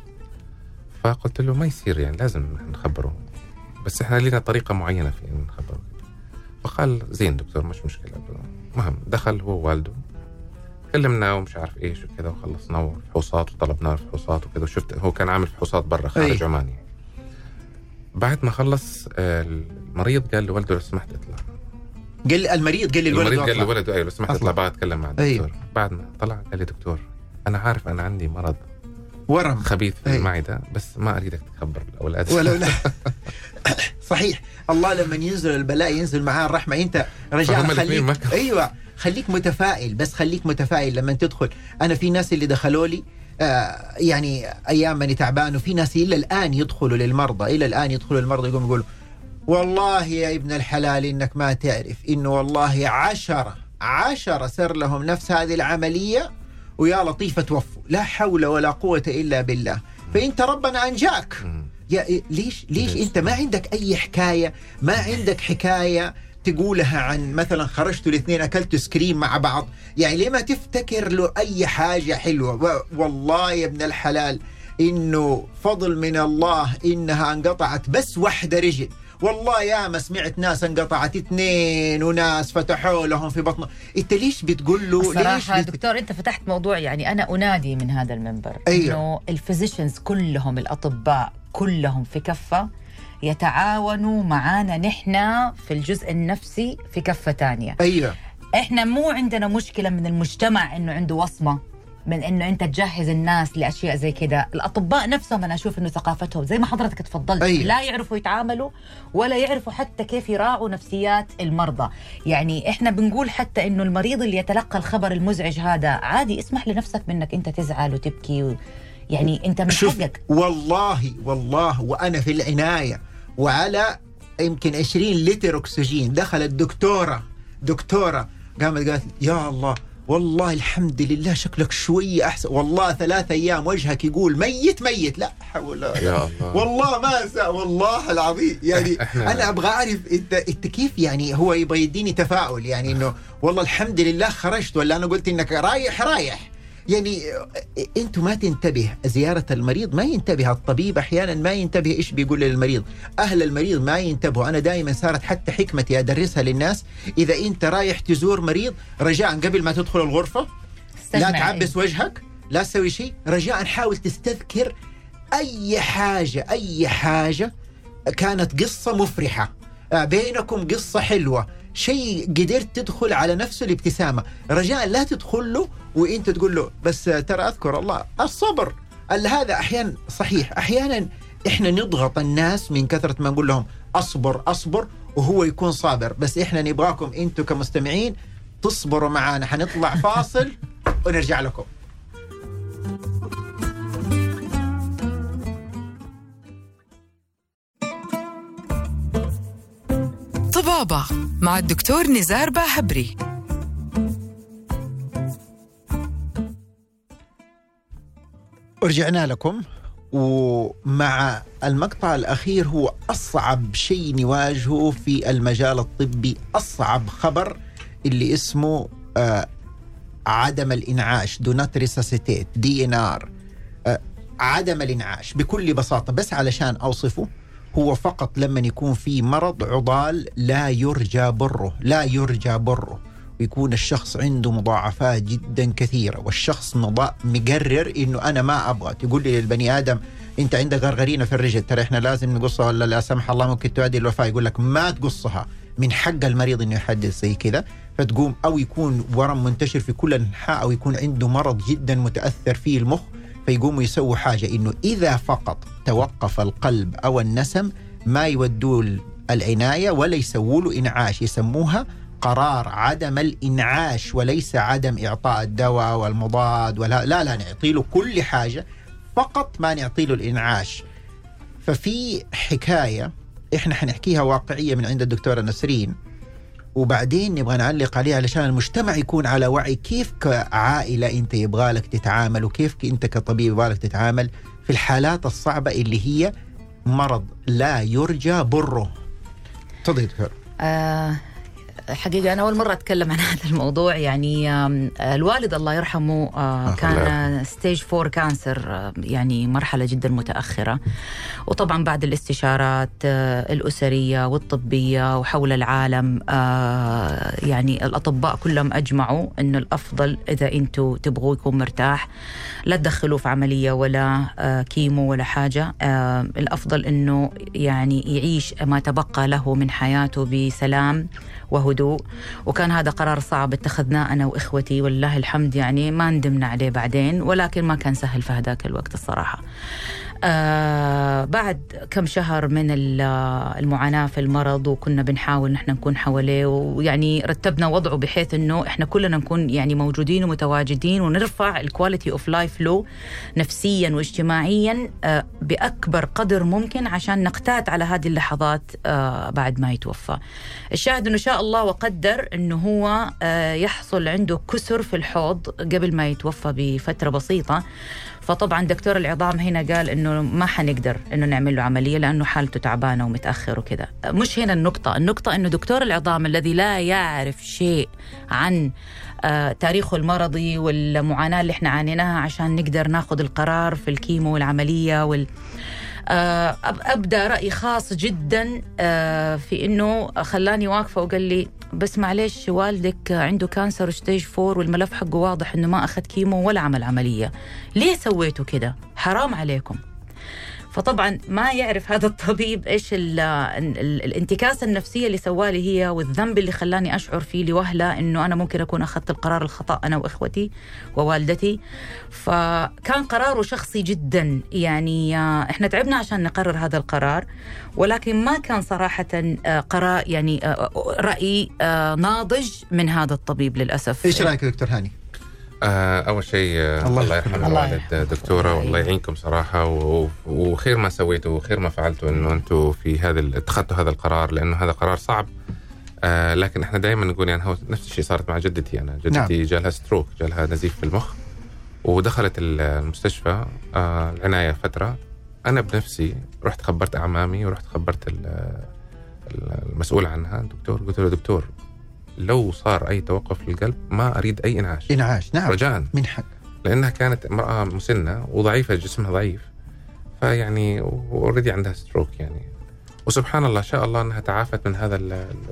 فقلت له ما يصير، يعني لازم نخبره، بس إحنا لنا طريقة معينة في إن نخبره. فقال زين دكتور مش مشكلة. مهم دخل هو والده، كلمنا ومش عارف ايش وكذا، وخلصنا فحوصات وطلبنا الفحوصات وكذا، وشفت هو كان عامل فحوصات برا خارج عمان يعني. بعد ما خلص المريض قال لوالده لو سمحت اطلع. قال المريض قال لولده ايوه لو سمحت اطلع بعد اتكلم مع الدكتور. بعد ما طلع قال لي دكتور انا عارف انا عندي مرض ورم خبيث في المعدة، بس ما اريدك تكبر الاولاد. لا صحيح، الله لما ينزل البلاء ينزل معاه الرحمة. انت رجاء خليك خليك متفائل، بس خليك متفائل لما تدخل. انا في ناس اللي دخلوا لي يعني ايام ماني تعبان، وفي ناس الى الان يدخلوا للمرضى، يقولوا والله يا ابن الحلال انك ما تعرف انه والله 10 سر لهم نفس هذه العملية ويا لطيفة توفوا، لا حول ولا قوة الا بالله. فانت ربنا انجاك. يا ليش انت ما عندك اي حكاية، ما عندك حكاية تقولها عن مثلا خرجتوا الاثنين اكلتوا سكريم مع بعض؟ يعني ليه ما تفتكر له اي حاجة حلوة؟ والله يا ابن الحلال انه فضل من الله انها انقطعت بس واحدة رجل. والله يا ما سمعت ناس انقطعت 2 وناس فتحوا لهم في بطنه. انت ليش بتقول له؟ صراحة دكتور انت فتحت موضوع، يعني انا انادي من هذا المنبر انه الفيزيشنز كلهم، الاطباء كلهم في كفة، يتعاونوا معانا نحن في الجزء النفسي في كفة تانية. احنا مو عندنا مشكلة من المجتمع انه عنده وصمة من انه انت تجهز الناس لاشياء زي كده. الاطباء نفسهم انا اشوف انه ثقافتهم زي ما حضرتك تفضلت لا يعرفوا يتعاملوا ولا يعرفوا حتى كيف يراعوا نفسيات المرضى. يعني احنا بنقول حتى انه المريض اللي يتلقى الخبر المزعج هذا عادي، اسمح لنفسك منك انت تزعل وتبكي يعني انت من حقك. والله وانا في العناية وعلى يمكن 20 لتر اكسجين دخلت دكتورة قامت قالت يا الله والله الحمد لله شكلك شوية أحسن، والله 3 أيام وجهك يقول ميت. لا حول ولا يا الله، والله ما أنسى والله العظيم. يعني أنا أبغى أعرف أنت كيف، يعني هو يبغى يديني تفاؤل، يعني إنه والله الحمد لله خرجت، ولا أنا قلت إنك رايح. يعني أنتوا ما تنتبه، زيارة المريض ما ينتبه، الطبيب أحيانا ما ينتبه إيش بيقول للمريض، أهل المريض ما ينتبهوا. أنا دائما صارت حتى حكمتي أدرسها للناس، إذا أنت رايح تزور مريض رجاء قبل ما تدخل الغرفة لا تعبس وجهك، لا تسوي شيء، رجاء حاول تستذكر أي حاجة كانت قصة مفرحة بينكم، قصة حلوة، شيء قدرت تدخل على نفسه الابتسامة. رجاء لا تدخل له وانت تقول له بس ترى اذكر الله، الصبر هذا احيانا صحيح، احيانا احنا نضغط الناس من كثرة ما نقول لهم اصبر وهو يكون صابر. بس احنا نبغاكم انتم كمستمعين تصبروا معانا، حنطلع فاصل ونرجع لكم. طبابة مع الدكتور نزار باهبري. ورجعنا لكم، ومع المقطع الأخير هو أصعب شيء نواجهه في المجال الطبي، أصعب خبر اللي اسمه عدم الإنعاش، do not resuscitate DNR. عدم الإنعاش بكل بساطة، بس علشان أوصفه، هو فقط لما يكون في مرض عضال لا يرجى بره ويكون الشخص عنده مضاعفات جدا كثيرة، والشخص مقرر إنه أنا ما أبغى. تقول لي للبني آدم أنت عندك غرغرينة في الرجل، ترى إحنا لازم نقصها ولا لا سمح الله ممكن تؤدي الوفاة، يقول لك ما تقصها، من حق المريض إنه يحدث زي كذا. فتقوم أو يكون ورم منتشر في كل الأنحاء، أو يكون عنده مرض جدا متأثر فيه المخ، فيقوموا يسووا حاجة إنه إذا فقط توقف القلب أو النسم ما يودوا العناية ولا يسووا له إنعاش، يسموها قرار عدم الإنعاش، وليس عدم إعطاء الدواء والمضاد لا نعطي له كل حاجة، فقط ما نعطي له الإنعاش. ففي حكاية إحنا حنحكيها واقعية من عند الدكتورة نسرين، وبعدين نبغى نعلق عليها علشان المجتمع يكون على وعي كيف كعائلة أنت يبغالك تتعامل، وكيف أنت كطبيب يبغالك تتعامل في الحالات الصعبة اللي هي مرض لا يرجى بره. تفضل دكتور. حقيقة أنا أول مرة أتكلم عن هذا الموضوع. يعني الوالد الله يرحمه كان ستيج 4 كانسر، يعني مرحلة جدا متأخرة. وطبعا بعد الاستشارات الأسرية والطبية وحول العالم يعني الأطباء كلهم أجمعوا أنه الأفضل إذا أنتوا تبغوا يكون مرتاح لا تدخلوا في عملية ولا كيمو ولا حاجة. الأفضل أنه يعني يعيش ما تبقى له من حياته بسلام وهدوء. وكان هذا قرار صعب اتخذناه أنا وإخوتي والله الحمد، يعني ما ندمنا عليه بعدين، ولكن ما كان سهل في هذاك الوقت الصراحة. بعد كم شهر من المعاناة في المرض، وكنا بنحاول نحن نكون حواليه، ويعني رتبنا وضعه بحيث أنه إحنا كلنا نكون يعني موجودين ومتواجدين، ونرفع الكواليتي أوف لايف له نفسيا واجتماعيا بأكبر قدر ممكن عشان نقتات على هذه اللحظات بعد ما يتوفى. الشاهد أنه شاء الله وقدر أنه هو يحصل عنده كسر في الحوض قبل ما يتوفى بفترة بسيطة. فطبعا دكتور العظام هنا قال انه ما حنقدر انه نعمل له عمليه لانه حالته تعبانه ومتاخر وكذا. مش هنا النقطه انه دكتور العظام الذي لا يعرف شيء عن تاريخه المرضي والمعاناه اللي احنا عانيناها عشان نقدر ناخذ القرار في الكيمو والعمليه أبدأ رأي خاص جدا في إنه خلاني واقفة وقال لي بس معلش والدك عنده كانسر ستيج 4 والملف حقه واضح إنه ما أخذ كيمو ولا عمل عملية، ليه سويتوا كده؟ حرام عليكم. فطبعا ما يعرف هذا الطبيب إيش الانتكاسة النفسية اللي سوالي هي، والذنب اللي خلاني أشعر فيه لوهلة إنه أنا ممكن أكون أخذت القرار الخطأ أنا وإخوتي ووالدتي. فكان قراره شخصي جدا، يعني إحنا تعبنا عشان نقرر هذا القرار، ولكن ما كان صراحة قرار يعني رأي ناضج من هذا الطبيب للأسف. إيش رأيك دكتور هاني؟ أول شيء الله يرحم الوالد دكتورة، والله يعينكم صراحة، وخير ما سويتوا وخير ما فعلتوا إنه أنتوا في اتخذتوا هذا القرار، لأنه هذا قرار صعب. لكن إحنا دائما نقول يعني هو نفس الشيء صارت مع جدتي. أنا جدتي جالها ستروك، جالها نزيف في المخ، ودخلت المستشفى العناية فترة. أنا بنفسي رحت خبرت أعمامي ورحت خبرت المسؤول عنها الدكتور، قلت له دكتور لو صار أي توقف للقلب ما أريد أي إنعاش نعم رجاء من حق، لأنها كانت امرأة مسنة وضعيفة، جسمها ضعيف، فيعني وردي عندها ستروك يعني. وسبحان الله شاء الله أنها تعافت من هذا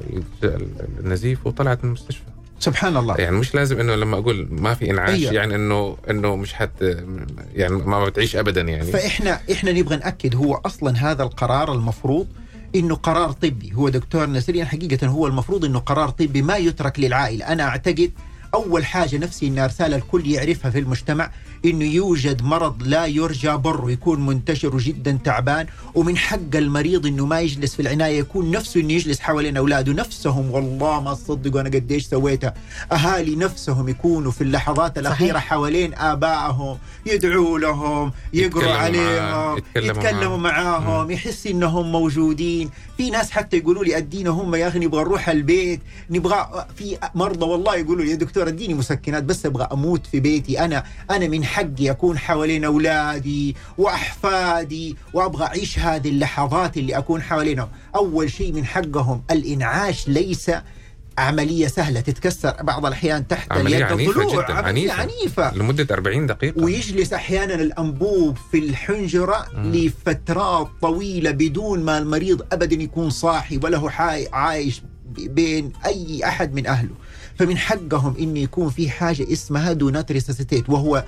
النزيف وطلعت من المستشفى. سبحان الله. يعني مش لازم إنه لما أقول ما في إنعاش يعني إنه مش يعني ما بتعيش أبدا يعني. فإحنا نبغى نأكد هو أصلا هذا القرار المفروض إنه قرار طبي. هو دكتور نسرين حقيقة هو المفروض إنه قرار طبي ما يترك للعائلة. أنا أعتقد أول حاجة نفسي إن رسالة الكل يعرفها في المجتمع إنه يوجد مرض لا يرجى بره، يكون منتشر جدا تعبان، ومن حق المريض إنه ما يجلس في العناية، يكون نفسه إنه يجلس حوالين أولاده نفسهم. والله ما تصدقوا أنا قديش سويتها، أهالي نفسهم يكونوا في اللحظات الأخيرة حوالين آبائهم، يدعوا لهم، يقروا عليهم، يتكلموا معاهم، يحس إنهم موجودين. في ناس حتى يقولوا لي أدينا هم يا أخي نبغى نروح البيت، نبغى. في مرضى والله يقولوا لي يا دكتور أديني مسكنات بس أبغى أموت في بيتي، أنا من حقي أكون حوالين أولادي وأحفادي وأبغى أعيش هذه اللحظات اللي أكون حوالينهم. أول شيء من حقهم الإنعاش، ليس عملية سهلة تتكسر بعض الأحيان تحت اليد، عنيفة عنيفة لمدة 40 دقيقة، ويجلس أحيانا الأنبوب في الحنجرة لفترات طويلة بدون ما المريض أبدا يكون صاحي ولا هو عايش بين أي أحد من أهله. فمن حقهم إن يكون في حاجة اسمها دو نوت ريسسيتيت، وهو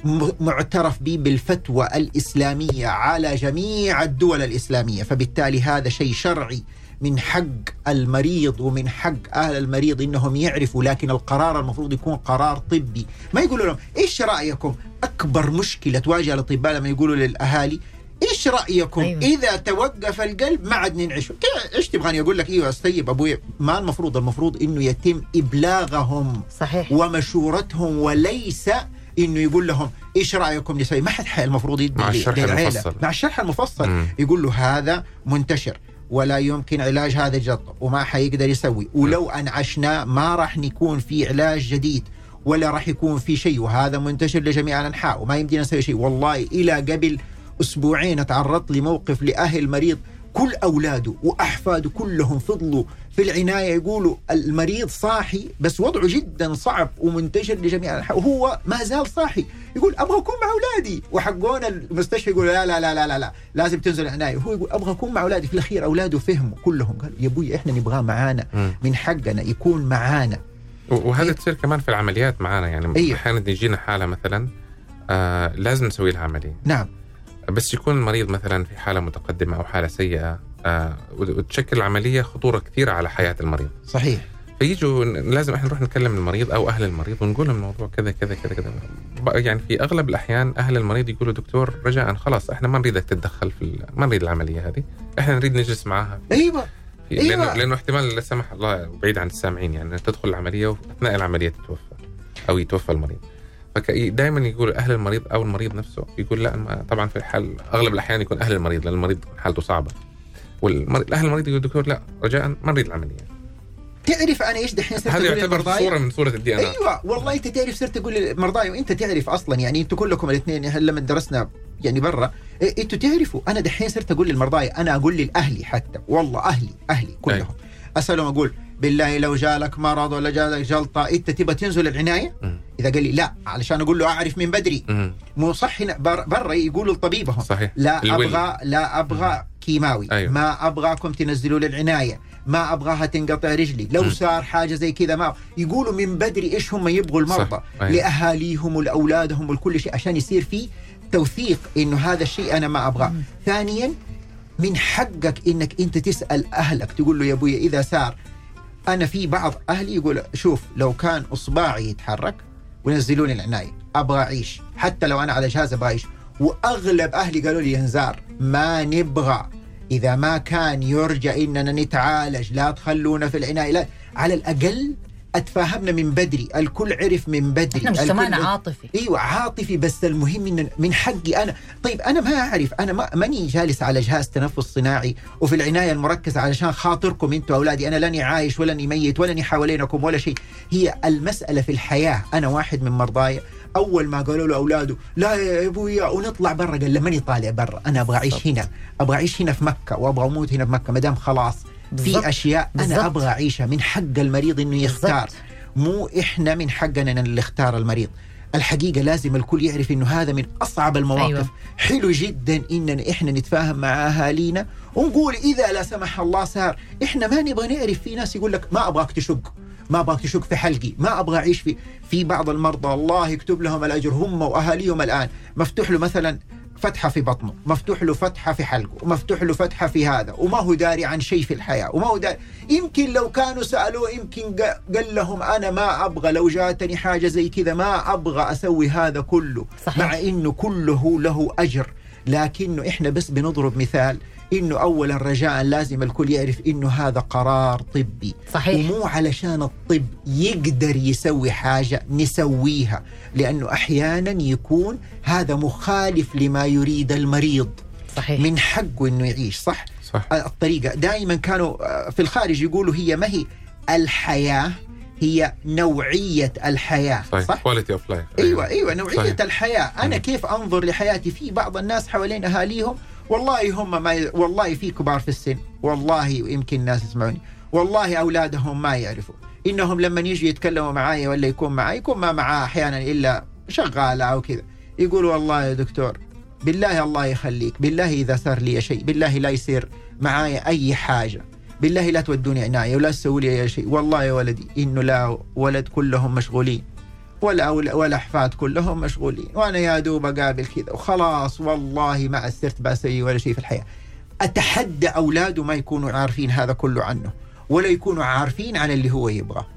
معترف به بالفتوى الإسلامية على جميع الدول الإسلامية. فبالتالي هذا شيء شرعي من حق المريض ومن حق أهل المريض إنهم يعرفوا. لكن القرار المفروض يكون قرار طبي، ما يقولوا لهم إيش رأيكم. أكبر مشكلة تواجه الأطباء لما يقولوا للأهالي إيش رأيكم إذا توقف القلب ما عاد ننعش، إيش تبغاني أقول لك؟ إيوه أستيب أبوي. ما المفروض إنه يتم إبلاغهم صحيح ومشورتهم، وليس إنه يقول لهم إيش رأيكم نسوي. ما حد المفروض يدي للعائلة مع الشرح المفصل يقول له هذا منتشر ولا يمكن علاج هذا الجلطة وما حيقدر يسوي، ولو أنعشنا ما راح نكون في علاج جديد ولا راح يكون في شيء، وهذا منتشر لجميع الأنحاء وما يمدينا نسوي شيء. والله إلى قبل أسبوعين تعرضت لموقف لأهل مريض كل أولاده وأحفاده كلهم فضلوا في العناية، يقولوا المريض صاحي بس وضعه جدا صعب ومنتشر لجميع الأنحاء وهو ما زال صاحي، يقول أبغى أكون مع أولادي، وحقون المستشفى يقول لا لا لا لا لا, لا لازم تنزل العناية، وهو يقول أبغى أكون مع أولادي. في الأخير أولاده فهموا كلهم، قالوا يا أبوي إحنا نبغاه معانا، من حقنا يكون معانا. وهذا تصير كمان في العمليات معانا، يعني أحيانا يجينا حالة مثلا لازم نسوي لها عملية، نعم، بس يكون المريض مثلا في حالة متقدمة أو حالة سيئة، وتشكل العملية خطورة كثيرة على حياة المريض. صحيح. فيجوا لازم احنا نروح نكلم المريض أو أهل المريض ونقول لهم الموضوع كذا كذا كذا كذا. يعني في أغلب الأحيان أهل المريض يقولوا دكتور رجاء خلاص احنا ما نريدك تتدخل ما نريد العملية هذه، احنا نريد نجلس معاها. أيوة. لأنه احتمال لا سمح الله بعيد عن السامعين يعني تدخل العملية وأثناء العملية تتوفى أو يتوفى المريض. فدائما يقول أهل المريض أو المريض نفسه يقول لا، طبعا في الحال أغلب الأحيان يكون أهل المريض، لأن المريض حالته صعبة، والأهل المريض يقول دكتور لا رجاء ما نريد العملية. تعرف أنا إيش دحين صرت هذا يعتبر صورة من صورة الدي إن إيه. أيوة والله أنت تعرف صرت تقول للمرضى، وأنت تعرف أصلا يعني أنتوا كلكم الاثنين لما درسنا يعني برا أنتوا تعرفوا، أنا دحين صرت أقول للمرضى، أنا أقول للأهلي حتى والله أهلي كلهم أيوة. أسألهم أقول بالله لو جالك مرض ولا جالك جلطة أنت تبى تنزل العناية؟ إذا قال لي لا، علشان أقول له أعرف من بدري. مو صح هنا برا يقولوا لطبيبهم صحيح. لا أبغى كيماوي أيوة. ما أبغاكم تنزلوا للعناية، ما أبغاها تنقطع رجلي، لو صار حاجة زي كذا ما يقولوا من بدري إيش هم يبغوا المرضى لأهاليهم ولأولادهم ولكل شيء، عشان يصير في توثيق إنه هذا الشيء أنا ما أبغاه. ثانيا من حقك إنك أنت تسأل أهلك، تقول له يا أبوي إذا صار، أنا في بعض أهلي يقول شوف لو كان إصبعي يتحرك ونزلوني العناية أبغى أعيش، حتى لو أنا على جهاز أبغى أعيش. وأغلب أهلي قالوا لي ينزار ما نبغى، إذا ما كان يرجى إننا نتعالج لا تخلونا في العناية، لا على الأقل أتفاهمنا من بدري، الكل عرف من بدري. إحنا مجتمعنا عاطفي. أيوة عاطفي، بس المهم إن من حقي أنا. طيب أنا ما أعرف، أنا ماني جالس على جهاز تنفس صناعي وفي العناية المركزة علشان خاطركم أنتوا أولادي، أنا لاني عايش ولاني ميت ولاني حوالينكم ولا شيء. هي المسألة في الحياة. أنا واحد من مرضاي أول ما قالوا له أولاده لا يا أبويا ونطلع برا، قال لماني طالع برا، أنا أبغى أعيش هنا، أبغى أعيش هنا في مكة وأبغى أموت هنا في مكة، مدام خلاص في أشياء أنا أبغى أعيشها. من حق المريض إنه يختار، مو إحنا من حقنا أن نختار المريض. الحقيقة لازم الكل يعرف إنه هذا من أصعب المواقف. أيوة. حلو جدا إننا إحنا نتفاهم مع أهالينا ونقول إذا لا سمح الله صار، إحنا ما نبغى نعرف. في ناس يقول لك ما أبغاك تشق، ما أبغاك تشق في حلقي، ما أبغى أعيش في بعض المرضى الله يكتب لهم الأجر هم وأهاليهم الآن مفتوح له مثلا فتحة في بطنه، مفتوح له فتحة في حلقه، ومفتوح له فتحة في هذا، وما هو داري عن شيء في الحياة، وما هو داري. يمكن لو كانوا سألوه يمكن قال لهم أنا ما أبغى، لو جاتني حاجة زي كذا ما أبغى أسوي هذا كله. صحيح. مع إنه كله له أجر، لكنه إحنا بس بنضرب مثال إنه أولا رجاء لازم الكل يعرف إنه هذا قرار طبي. صحيح. ومو علشان الطب يقدر يسوي حاجة نسويها، لأنه أحيانا يكون هذا مخالف لما يريد المريض. صحيح. من حقه إنه يعيش صح. الطريقة دائما كانوا في الخارج يقولوا هي ما هي الحياة، هي نوعية الحياة. صح؟ quality of life. أيوة نوعية. صحيح. الحياة. أنا كيف أنظر لحياتي؟ في بعض الناس حوالين أهاليهم والله هم والله في كبار في السن، والله يمكن الناس يسمعوني، والله أولادهم ما يعرفوا إنهم لما يجي يتكلموا معايا ولا يكون معاي يكون ما معاه أحيانا إلا شغالة أو كذا، يقولوا والله يا دكتور بالله الله يخليك، بالله إذا صار لي شيء، بالله لا يصير معايا أي حاجة، بالله لا تودوني عناية ولا تسوي لي أي شيء، والله يا ولدي إنه لا ولد كلهم مشغولين ولا أحفاد كلهم مشغولين، وأنا يا دوب أقابل كذا وخلاص، والله ما أسرت بأسوي ولا شيء في الحياة. أتحدى أولاده ما يكونوا عارفين هذا كله عنه، ولا يكونوا عارفين عن اللي هو يبغى.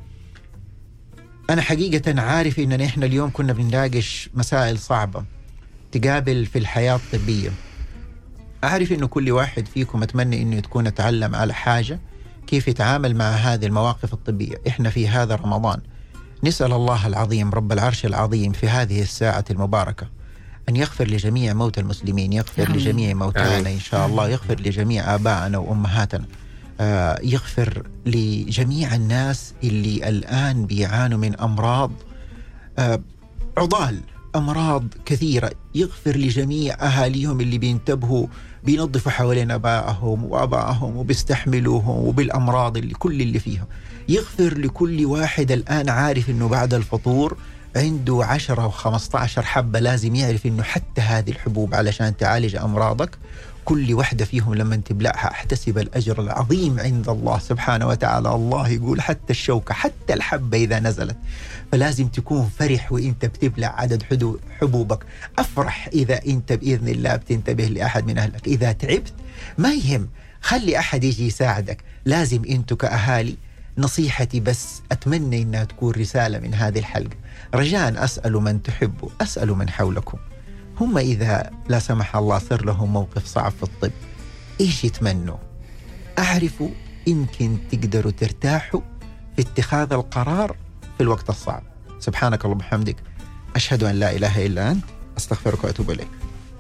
أنا حقيقة عارف إننا إحنا اليوم كنا بنناقش مسائل صعبة تقابل في الحياة الطبية. أعرف إنه كل واحد فيكم أتمنى إنه تكون أتعلم على حاجة كيف يتعامل مع هذه المواقف الطبية. إحنا في هذا رمضان نسأل الله العظيم رب العرش العظيم في هذه الساعة المباركة أن يغفر لجميع موتى المسلمين، يغفر لجميع موتانا إن شاء الله، يغفر لجميع آبائنا وأمهاتنا، يغفر لجميع الناس اللي الآن بيعانوا من أمراض عضال أمراض كثيرة، يغفر لجميع أهاليهم اللي بينتبهوا بينظفوا حوالين أبائهم وأبائهم وبيستحملوهم وبالأمراض اللي كل اللي فيهم. يغفر لكل واحد الآن عارف أنه بعد الفطور عنده 10 و15 حبة، لازم يعرف أنه حتى هذه الحبوب علشان تعالج أمراضك كل واحدة فيهم لما تبلعها احتسب الأجر العظيم عند الله سبحانه وتعالى. الله يقول حتى الشوكة حتى الحبة إذا نزلت، فلازم تكون فرح وإنت بتبلع عدد حبوبك. أفرح إذا إنت بإذن الله بتنتبه لأحد من أهلك. إذا تعبت ما يهم، خلي أحد يجي يساعدك. لازم إنتوا كأهالي، نصيحتي بس أتمنى إنها تكون رسالة من هذه الحلقة، رجاء أسألوا من تحبوا، أسألوا من حولكم، هم إذا لا سمح الله صار لهم موقف صعب في الطب إيش يتمنوا؟ أعرفوا يمكن تقدروا ترتاحوا في اتخاذ القرار في الوقت الصعب. سبحانك اللهم وبحمدك، أشهد أن لا إله إلا أنت، أستغفرك وأتوب إليك.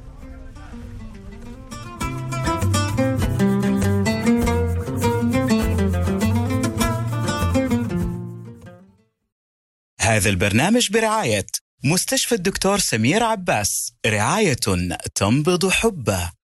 هذا البرنامج برعاية مستشفى الدكتور سمير عباس، رعاية تنبض حبه.